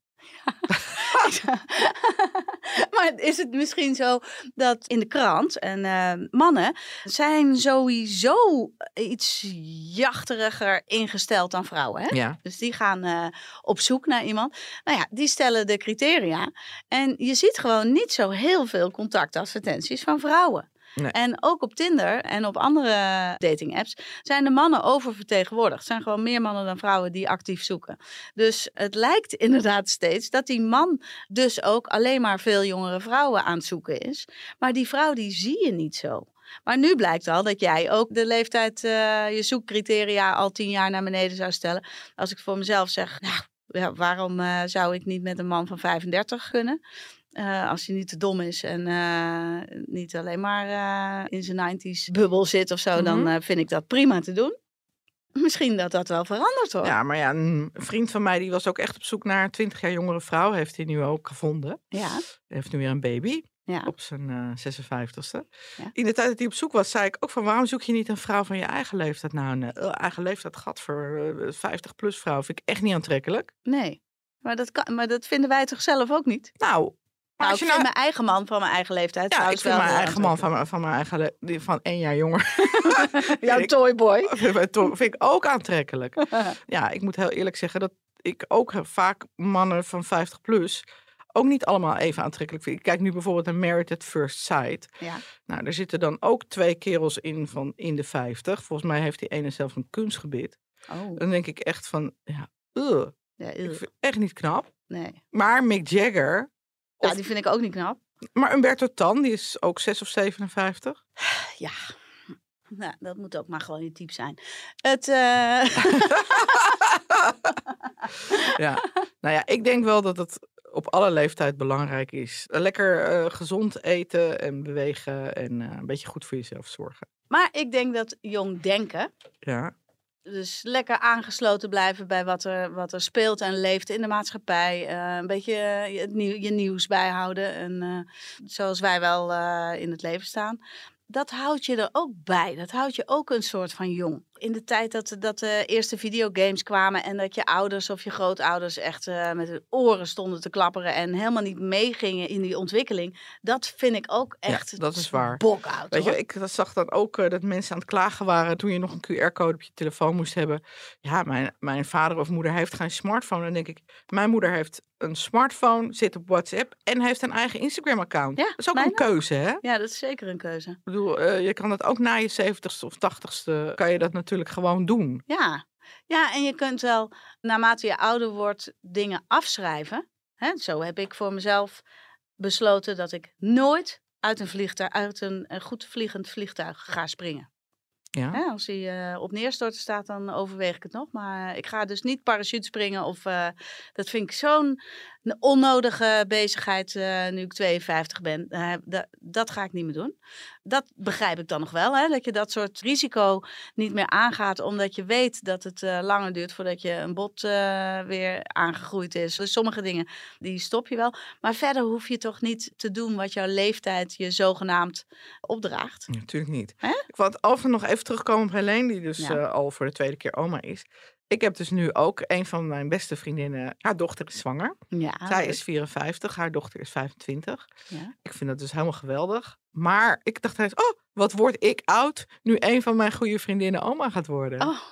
S3: Maar is het misschien zo dat in de krant en uh, mannen zijn sowieso iets jachteriger ingesteld dan vrouwen, hè?
S4: Ja.
S3: Dus die gaan uh, op zoek naar iemand. Nou ja, die stellen de criteria. En je ziet gewoon niet zo heel veel contactadvertenties van vrouwen.
S4: Nee.
S3: En ook op Tinder en op andere dating apps zijn de mannen oververtegenwoordigd. Het zijn gewoon meer mannen dan vrouwen die actief zoeken. Dus het lijkt inderdaad steeds dat die man dus ook alleen maar veel jongere vrouwen aan het zoeken is. Maar die vrouw die zie je niet zo. Maar nu blijkt al dat jij ook de leeftijd, uh, je zoekcriteria al tien jaar naar beneden zou stellen. Als ik voor mezelf zeg, nou, ja, waarom uh, zou ik niet met een man van vijfendertig kunnen? Uh, als hij niet te dom is en uh, niet alleen maar uh, in zijn negentig bubbel zit of zo, mm-hmm. dan uh, vind ik dat prima te doen. Misschien dat dat wel verandert hoor.
S4: Ja, maar ja, een vriend van mij die was ook echt op zoek naar een twintig jaar jongere vrouw. Heeft hij nu ook gevonden.
S3: Ja.
S4: Hij heeft nu weer een baby.
S3: Ja.
S4: Op zijn uh, zesenvijftigste.
S3: Ja.
S4: In de tijd dat hij op zoek was, zei ik ook van waarom zoek je niet een vrouw van je eigen leeftijd? Nou, een uh, eigen leeftijd gat voor uh, vijftig plus vrouw vind ik echt niet aantrekkelijk.
S3: Nee, maar dat, kan, maar dat vinden wij toch zelf ook niet?
S4: Nou...
S3: Nou, ik vind nou... mijn eigen man van mijn eigen leeftijd.
S4: Ja, ik vind mijn eigen man van mijn, van mijn eigen le- van één jaar jonger.
S3: Jouw toyboy.
S4: Vind ik ook aantrekkelijk. Ja, ik moet heel eerlijk zeggen dat ik ook vaak mannen van vijftig plus ook niet allemaal even aantrekkelijk vind. Ik kijk nu bijvoorbeeld naar Married at First Sight.
S3: Ja.
S4: Nou, er zitten dan ook twee kerels in van in de vijftig. Volgens mij heeft die ene zelf een kunstgebied.
S3: Oh.
S4: Dan denk ik echt van, ja, uh,
S3: ja
S4: ik vind echt niet knap.
S3: Nee.
S4: Maar Mick Jagger...
S3: Ja, of, die vind ik ook niet knap.
S4: Maar Umberto Tan, die is ook zes of zevenenvijftig.
S3: Ja, nou, dat moet ook maar gewoon je type zijn. Het, uh...
S4: ja, nou ja, ik denk wel dat het op alle leeftijd belangrijk is. Lekker uh, gezond eten en bewegen en uh, een beetje goed voor jezelf zorgen.
S3: Maar ik denk dat jong denken...
S4: Ja.
S3: Dus lekker aangesloten blijven bij wat er, wat er speelt en leeft in de maatschappij. Uh, een beetje uh, het nieuw, je nieuws bijhouden. En, uh, zoals wij wel uh, in het leven staan. Dat houdt je er ook bij. Dat houdt je ook een soort van jong. In de tijd dat, dat de eerste videogames kwamen en dat je ouders of je grootouders echt uh, met hun oren stonden te klapperen en helemaal niet meegingen in die ontwikkeling. Dat vind ik ook echt
S4: ja, dat is waar.
S3: Bokoud.
S4: Weet je, ik zag dan ook uh, dat mensen aan het klagen waren toen je nog een Q R-code op je telefoon moest hebben. Ja, mijn, mijn vader of moeder heeft geen smartphone. Dan denk ik, mijn moeder heeft een smartphone, zit op WhatsApp en heeft een eigen Instagram-account.
S3: Ja,
S4: dat is ook
S3: bijna.
S4: een keuze, hè?
S3: Ja, dat is zeker een keuze.
S4: Ik bedoel, uh, je kan dat ook na je zeventigste of tachtigste, kan je dat natuurlijk gewoon doen.
S3: Ja, ja, en je kunt wel, naarmate je ouder wordt, dingen afschrijven. Hè? Zo heb ik voor mezelf besloten dat ik nooit uit een, vliegtuig, uit een, een goed vliegend vliegtuig ga springen.
S4: Ja.
S3: Hè, als hij uh, op neerstorten staat, dan overweeg ik het nog. Maar ik ga dus niet parachute springen. Of, uh, dat vind ik zo'n een onnodige bezigheid uh, nu ik tweeënvijftig ben. Uh, d- dat ga ik niet meer doen. Dat begrijp ik dan nog wel. Hè? Dat je dat soort risico niet meer aangaat. Omdat je weet dat het uh, langer duurt voordat je een bot uh, weer aangegroeid is. Dus sommige dingen die stop je wel. Maar verder hoef je toch niet te doen wat jouw leeftijd je zogenaamd opdraagt.
S4: Natuurlijk niet.
S3: Hè?
S4: Ik wil het over nog even terugkomen op Helene. Die dus
S3: Ja.
S4: uh, al voor de tweede keer oma is. Ik heb dus nu ook een van mijn beste vriendinnen. Haar dochter is zwanger.
S3: Ja,
S4: Zij
S3: leuk.
S4: is vierenvijftig. Haar dochter is vijfentwintig.
S3: Ja.
S4: Ik vind dat dus helemaal geweldig. Maar ik dacht eens, oh, wat word ik oud nu een van mijn goede vriendinnen oma gaat worden.
S3: Oh.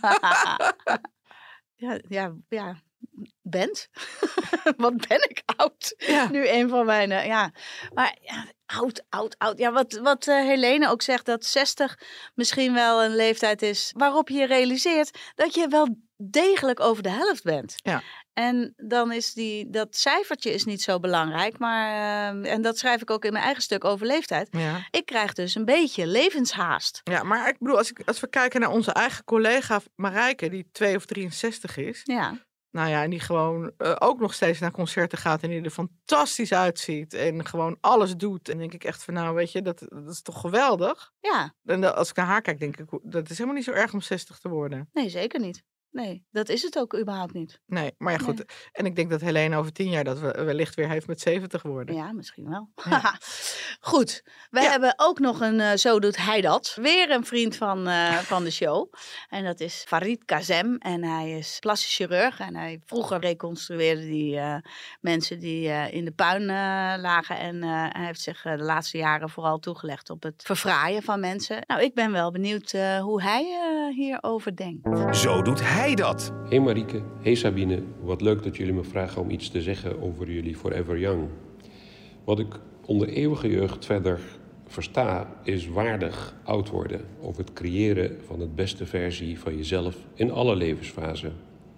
S3: ja, ja, ja, bent. Wat ben ik oud.
S4: Ja.
S3: Nu een van mijn, uh, ja. Maar ja, oud, oud, oud. Ja, wat, wat uh, Helene ook zegt, dat zestig misschien wel een leeftijd is waarop je realiseert dat je wel degelijk over de helft bent.
S4: Ja.
S3: En dan is die, dat cijfertje is niet zo belangrijk, maar, uh, en dat schrijf ik ook in mijn eigen stuk over leeftijd.
S4: Ja.
S3: Ik krijg dus een beetje levenshaast.
S4: Ja, maar ik bedoel, als, ik, als we kijken naar onze eigen collega Marijke, die twee of drieënzestig is.
S3: Ja.
S4: Nou ja, en die gewoon uh, ook nog steeds naar concerten gaat en die er fantastisch uitziet en gewoon alles doet. En denk ik echt van, nou weet je, dat, dat is toch geweldig?
S3: Ja.
S4: En dat, als ik naar haar kijk, denk ik, dat is helemaal niet zo erg om zestig te worden.
S3: Nee, zeker niet. Nee, dat is het ook überhaupt niet.
S4: Nee, maar ja goed.
S3: Nee.
S4: En ik denk dat Helene over tien jaar dat we wellicht weer heeft met zeventig worden.
S3: Ja, misschien wel.
S4: Ja.
S3: Goed, we
S4: Ja.
S3: hebben ook nog een uh, Zo doet hij dat. Weer een vriend van, uh, van de show. En dat is Farid Kazem. En hij is plastisch chirurg. En hij vroeger reconstrueerde die uh, mensen die uh, in de puin uh, lagen. En uh, hij heeft zich uh, de laatste jaren vooral toegelegd op het verfraaien van mensen. Nou, ik ben wel benieuwd uh, hoe hij uh, hierover denkt.
S2: Zo doet hij dat.
S6: Hey Marieke, hey Sabine. Wat leuk dat jullie me vragen om iets te zeggen over jullie Forever Young. Wat ik onder eeuwige jeugd verder versta is waardig oud worden. Of het creëren van het beste versie van jezelf in alle levensfasen.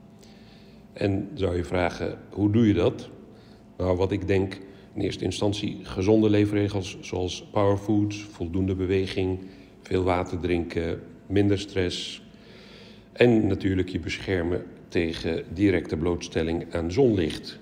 S6: En zou je vragen, hoe doe je dat? Nou, wat ik denk, in eerste instantie gezonde leefregels zoals powerfoods, voldoende beweging, veel water drinken, minder stress. En natuurlijk je beschermen tegen directe blootstelling aan zonlicht.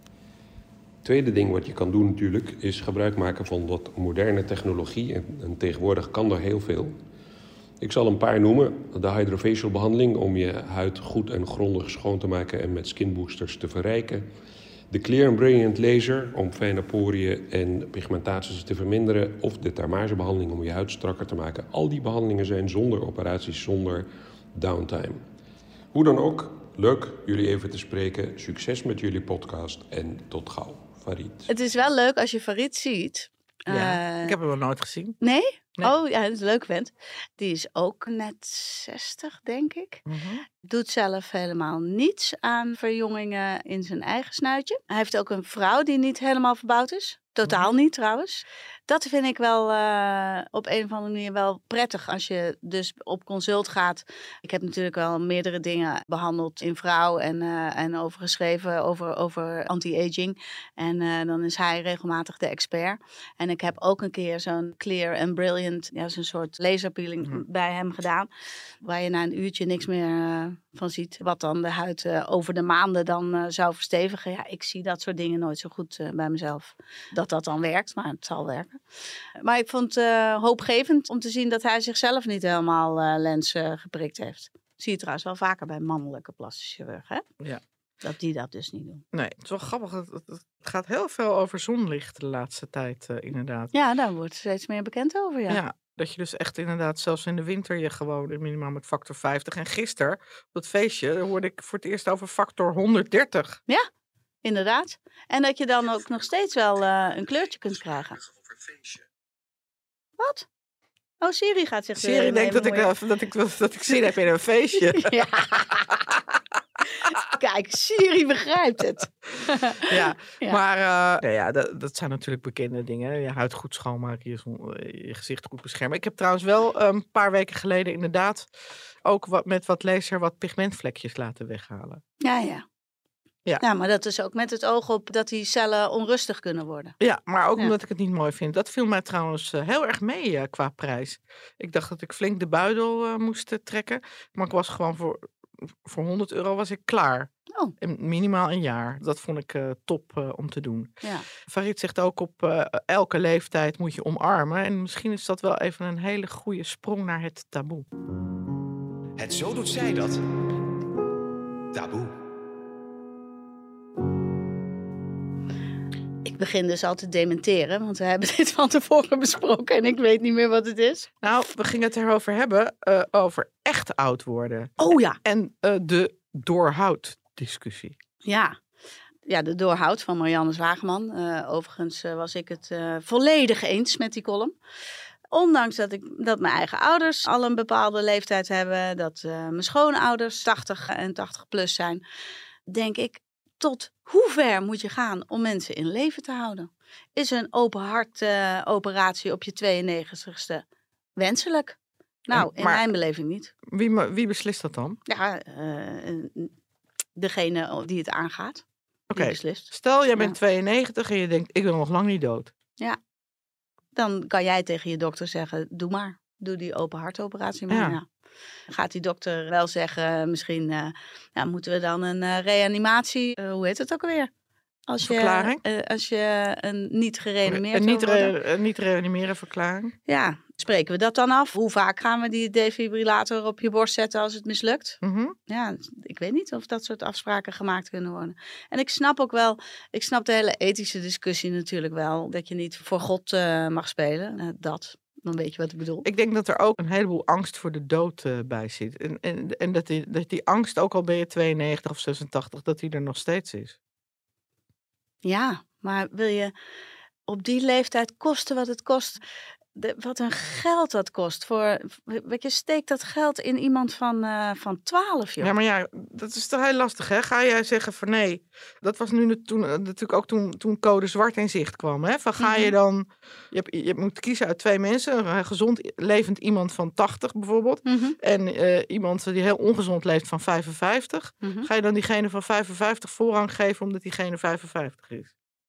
S6: Tweede ding wat je kan doen natuurlijk is gebruik maken van wat moderne technologie. En, en tegenwoordig kan er heel veel. Ik zal een paar noemen. De hydrofacial behandeling om je huid goed en grondig schoon te maken en met skin boosters te verrijken. De Clear and Brilliant laser om fijne poriën en pigmentaties te verminderen. Of de thermagebehandeling om je huid strakker te maken. Al die behandelingen zijn zonder operaties, zonder downtime. Hoe dan ook, leuk jullie even te spreken. Succes met jullie podcast en tot gauw. Farid.
S3: Het is wel leuk als je Farid ziet.
S4: Ja,
S3: Uh,
S4: ik heb hem nog nooit gezien.
S3: Nee?
S4: Nee.
S3: Oh ja, dat is een leuk vent. Die is ook net zestig, denk ik.
S4: Mm-hmm.
S3: Doet zelf helemaal niets aan verjongingen in zijn eigen snuitje. Hij heeft ook een vrouw die niet helemaal verbouwd is. Totaal niet trouwens. Dat vind ik wel uh, op een of andere manier wel prettig als je dus op consult gaat. Ik heb natuurlijk wel meerdere dingen behandeld in Vrouw en, uh, en over geschreven over, over anti-aging. En uh, dan is hij regelmatig de expert. En ik heb ook een keer zo'n Clear and Brilliant, ja, zo'n soort laserpeeling
S4: Mhm.
S3: bij hem gedaan. Waar je na een uurtje niks meer uh, van ziet. Wat dan de huid uh, over de maanden dan uh, zou verstevigen. Ja, ik zie dat soort dingen nooit zo goed uh, bij mezelf. Dat dat dan werkt, maar het zal werken. Maar ik vond het uh, hoopgevend om te zien dat hij zichzelf niet helemaal uh, lens uh, geprikt heeft. Zie je trouwens wel vaker bij mannelijke plastische chirurgen, hè?
S4: Ja.
S3: Dat die dat dus niet doen.
S4: Nee, het is wel grappig. Het, het, het gaat heel veel over zonlicht de laatste tijd, uh, inderdaad.
S3: Ja, daar wordt steeds meer bekend over, ja.
S4: Ja, dat je dus echt inderdaad zelfs in de winter je gewoon minimaal met factor vijftig. En gisteren op dat feestje daar hoorde ik voor het eerst over factor honderddertig.
S3: Inderdaad. En dat je dan ook nog steeds wel uh, een kleurtje kunt krijgen. Wat? Oh, Siri gaat zich
S4: Siri
S3: weer
S4: denkt dat ik,
S3: bemoeien.
S4: uh, dat, ik, dat ik zin heb in een feestje.
S3: Ja. Kijk, Siri begrijpt het.
S4: Ja,
S3: Ja.
S4: maar uh, nou ja, dat, dat zijn natuurlijk bekende dingen. Je huid goed schoonmaken, je, zon, je gezicht goed beschermen. Ik heb trouwens wel um, een paar weken geleden inderdaad ook wat, met wat laser wat pigmentvlekjes laten weghalen.
S3: Ja, ja.
S4: Ja.
S3: Ja, maar dat is ook met het oog op dat die cellen onrustig kunnen worden.
S4: Ja, maar ook
S3: Ja.
S4: omdat ik het niet mooi vind. Dat viel mij trouwens uh, heel erg mee uh, qua prijs. Ik dacht dat ik flink de buidel uh, moest uh, trekken. Maar ik was gewoon voor, voor honderd euro was ik klaar.
S3: Oh.
S4: En minimaal een jaar. Dat vond ik uh, top uh, om te doen.
S3: Ja.
S4: Farid zegt ook op uh, elke leeftijd moet je omarmen. En misschien is dat wel even een hele goede sprong naar het taboe.
S2: Het Zo Doet Zij Dat. Taboe.
S3: Ik begin dus al te dementeren, want we hebben dit van tevoren besproken en ik weet niet meer wat het is.
S4: Nou, we gingen het erover hebben, uh, over echt oud worden.
S3: Oh ja.
S4: En uh, de doorhoud-discussie.
S3: Ja. Ja, de doorhoud van Marianne Zwageman. Uh, overigens uh, was ik het uh, volledig eens met die column. Ondanks dat, ik, dat mijn eigen ouders al een bepaalde leeftijd hebben, dat uh, mijn schoonouders tachtig en tachtig plus zijn, denk ik, tot hoe ver moet je gaan om mensen in leven te houden? Is een open hart uh, operatie op je tweeënnegentigste wenselijk? Nou, in maar, mijn beleving niet.
S4: Wie, wie beslist dat dan?
S3: Ja, uh, degene die het aangaat.
S4: Oké, okay. Stel jij bent ja. tweeënnegentig en je denkt, ik ben nog lang niet dood.
S3: Ja, dan kan jij tegen je dokter zeggen, doe maar. Doe die open hartoperatie maar. Ja. Ja. Gaat die dokter wel zeggen, misschien uh, ja, moeten we dan een uh, reanimatie, uh, hoe heet het ook alweer? Als
S4: verklaring?
S3: Je, uh, als je een niet gereanimeerd
S4: Een niet, re- een niet reanimeren verklaring?
S3: Ja, spreken we dat dan af? Hoe vaak gaan we die defibrillator op je borst zetten als het mislukt?
S4: Mm-hmm.
S3: Ja, ik weet niet of dat soort afspraken gemaakt kunnen worden. En ik snap ook wel, ik snap de hele ethische discussie natuurlijk wel. Dat je niet voor God uh, mag spelen, uh, dat. Dan weet je wat ik bedoel.
S4: Ik denk dat er ook een heleboel angst voor de dood uh, bij zit. En, en, en dat, die, dat die angst, ook al ben je tweeënnegentig of zesentachtig, dat die er nog steeds is.
S3: Ja, maar wil je op die leeftijd kosten wat het kost, de, wat een geld dat kost. Voor, weet je, steek dat geld in iemand van, uh, van twaalf, joh.
S4: Ja, maar ja, dat is toch heel lastig, hè? Ga jij zeggen van nee, dat was nu toen, natuurlijk ook toen, toen code zwart in zicht kwam, hè? Van ga je dan, je, hebt, je moet kiezen uit twee mensen, een gezond levend iemand van tachtig bijvoorbeeld,
S3: Mm-hmm.
S4: en uh, iemand die heel ongezond leeft van vijfenvijftig.
S3: Mm-hmm.
S4: Ga je dan diegene van vijfenvijftig voorrang geven omdat diegene vijfenvijftig is?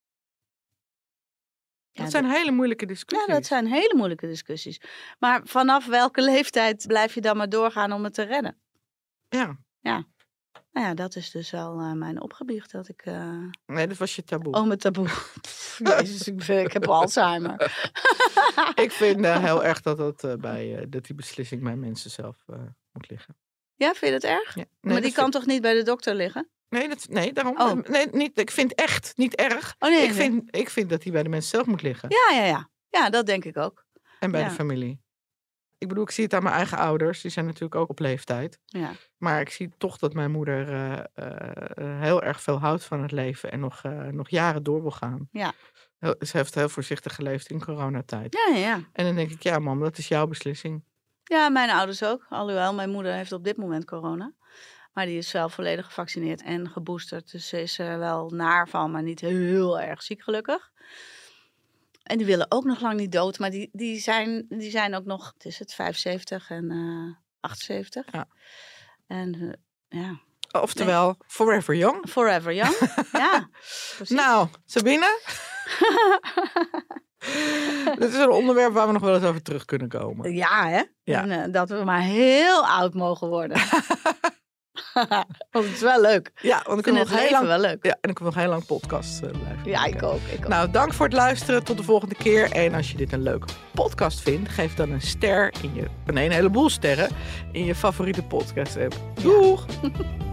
S4: Dat ja, zijn dat... hele moeilijke discussies.
S3: Ja, dat zijn hele moeilijke discussies. Maar vanaf welke leeftijd blijf je dan maar doorgaan om het te redden?
S4: Ja.
S3: Ja. Nou ja, dat is dus wel uh, mijn opgebiecht dat ik... Uh...
S4: Nee, dat was je taboe.
S3: Oh, mijn taboe. Jezus, ik, ik heb Alzheimer.
S4: Ik vind uh, heel erg dat, dat, uh, bij, uh, dat die beslissing bij mensen zelf uh, moet liggen.
S3: Ja, vind je dat erg?
S4: Ja.
S3: Nee, maar die kan
S4: vind...
S3: toch niet bij de dokter liggen?
S4: Nee, dat, nee daarom.
S3: Oh.
S4: Nee, niet, ik vind echt niet erg.
S3: Oh, nee,
S4: ik,
S3: nee.
S4: vind, ik vind dat die bij de mensen zelf moet liggen.
S3: Ja, ja, ja. Ja, dat denk ik ook.
S4: En bij
S3: ja.
S4: de familie. Ik bedoel, ik zie het aan mijn eigen ouders. Die zijn natuurlijk ook op leeftijd.
S3: Ja.
S4: Maar ik zie toch dat mijn moeder uh, uh, heel erg veel houdt van het leven. En nog, uh, nog jaren door wil gaan.
S3: Ja.
S4: Ze heeft heel voorzichtig geleefd in coronatijd.
S3: Ja, ja, ja.
S4: En dan denk ik, ja mam, dat is jouw beslissing.
S3: Ja, mijn ouders ook. Alhoewel, mijn moeder heeft op dit moment corona. Maar die is wel volledig gevaccineerd en geboosterd. Dus ze is er wel naar van, maar niet heel erg ziek gelukkig. En die willen ook nog lang niet dood. Maar die, die, zijn, die zijn ook nog, het is het, vijfenzeventig en uh, achtenzeventig.
S4: Ja.
S3: En uh, ja.
S4: Oftewel, nee. Forever young.
S3: Forever young, ja. Precies.
S4: Nou, Sabine. Dit is een onderwerp waar we nog wel eens over terug kunnen komen.
S3: Ja, hè?
S4: Ja.
S3: En, uh, dat we maar heel oud mogen worden. Want het is wel leuk.
S4: Ja, want ik
S3: vind
S4: nog
S3: het
S4: heel
S3: leven
S4: lang,
S3: wel leuk.
S4: Ja, en ik wil nog heel lang podcast uh, blijven.
S3: Ja, ik ook, ik ook.
S4: Nou, dank voor het luisteren. Tot de volgende keer. En als je dit een leuke podcast vindt, geef dan een ster in je, nee, een heleboel sterren in je favoriete podcast app. Doeg! Ja.